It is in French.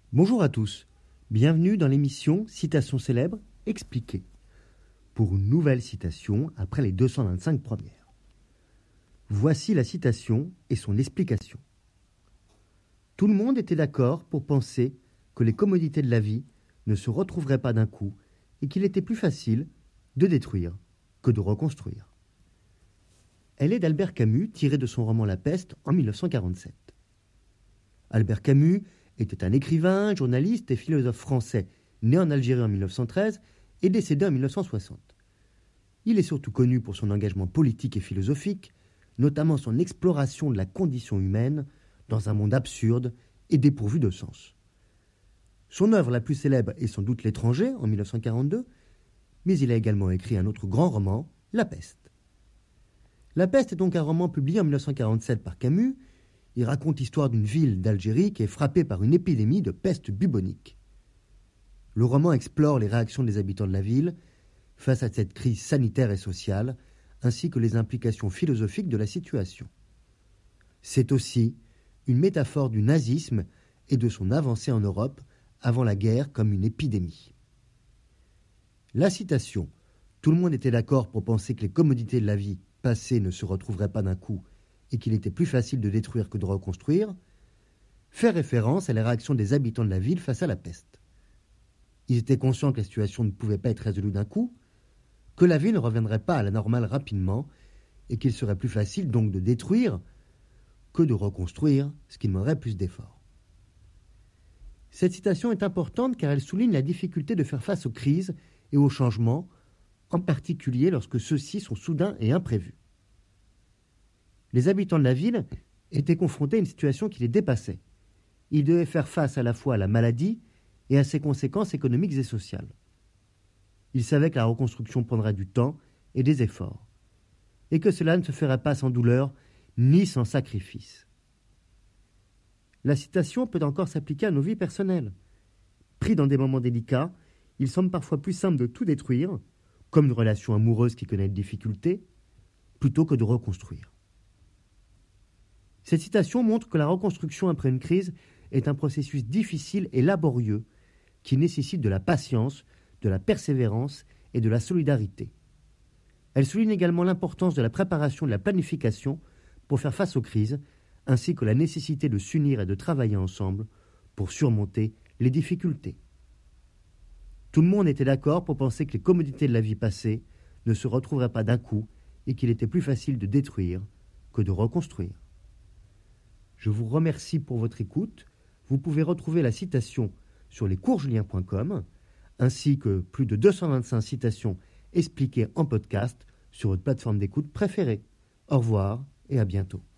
Bonjour à tous, bienvenue dans l'émission Citations célèbres expliquées, pour une nouvelle citation après les 225 premières. Voici la citation et son explication. Tout le monde était d'accord pour penser que les commodités de la vie ne se retrouveraient pas d'un coup et qu'il était plus facile de détruire que de reconstruire. Elle est d'Albert Camus, tirée de son roman La Peste en 1947. Albert Camus était un écrivain, journaliste et philosophe français né en Algérie en 1913 et décédé en 1960. Il est surtout connu pour son engagement politique et philosophique, notamment son exploration de la condition humaine dans un monde absurde et dépourvu de sens. Son œuvre la plus célèbre est sans doute L'Étranger en 1942, mais il a également écrit un autre grand roman, La Peste. La Peste est donc un roman publié en 1947 par Camus. Il raconte l'histoire d'une ville d'Algérie qui est frappée par une épidémie de peste bubonique. Le roman explore les réactions des habitants de la ville face à cette crise sanitaire et sociale, ainsi que les implications philosophiques de la situation. C'est aussi une métaphore du nazisme et de son avancée en Europe avant la guerre comme une épidémie. La citation « Tout le monde était d'accord pour penser que les commodités de la vie passée ne se retrouveraient pas d'un coup et qu'il était plus facile de détruire que de reconstruire », fait référence à la réaction des habitants de la ville face à la peste. Ils étaient conscients que la situation ne pouvait pas être résolue d'un coup, que la vie ne reviendrait pas à la normale rapidement et qu'il serait plus facile donc de détruire que de reconstruire, ce qui demanderait plus d'efforts. Cette citation est importante car elle souligne la difficulté de faire face aux crises et aux changements, en particulier lorsque ceux-ci sont soudains et imprévus. Les habitants de la ville étaient confrontés à une situation qui les dépassait. Ils devaient faire face à la fois à la maladie et à ses conséquences économiques et sociales. Ils savaient que la reconstruction prendrait du temps et des efforts, et que cela ne se ferait pas sans douleur ni sans sacrifice. La citation peut encore s'appliquer à nos vies personnelles. Pris dans des moments délicats, il semble parfois plus simple de tout détruire, comme une relation amoureuse qui connaît des difficultés, plutôt que de reconstruire. Cette citation montre que la reconstruction après une crise est un processus difficile et laborieux qui nécessite de la patience, de la persévérance et de la solidarité. Elle souligne également l'importance de la préparation et de la planification pour faire face aux crises, ainsi que la nécessité de s'unir et de travailler ensemble pour surmonter les difficultés. Tout le monde était d'accord pour penser que les commodités de la vie passée ne se retrouveraient pas d'un coup et qu'il était plus facile de détruire que de reconstruire. Je vous remercie pour votre écoute. Vous pouvez retrouver la citation sur lescoursjulien.com ainsi que plus de 225 citations expliquées en podcast sur votre plateforme d'écoute préférée. Au revoir et à bientôt.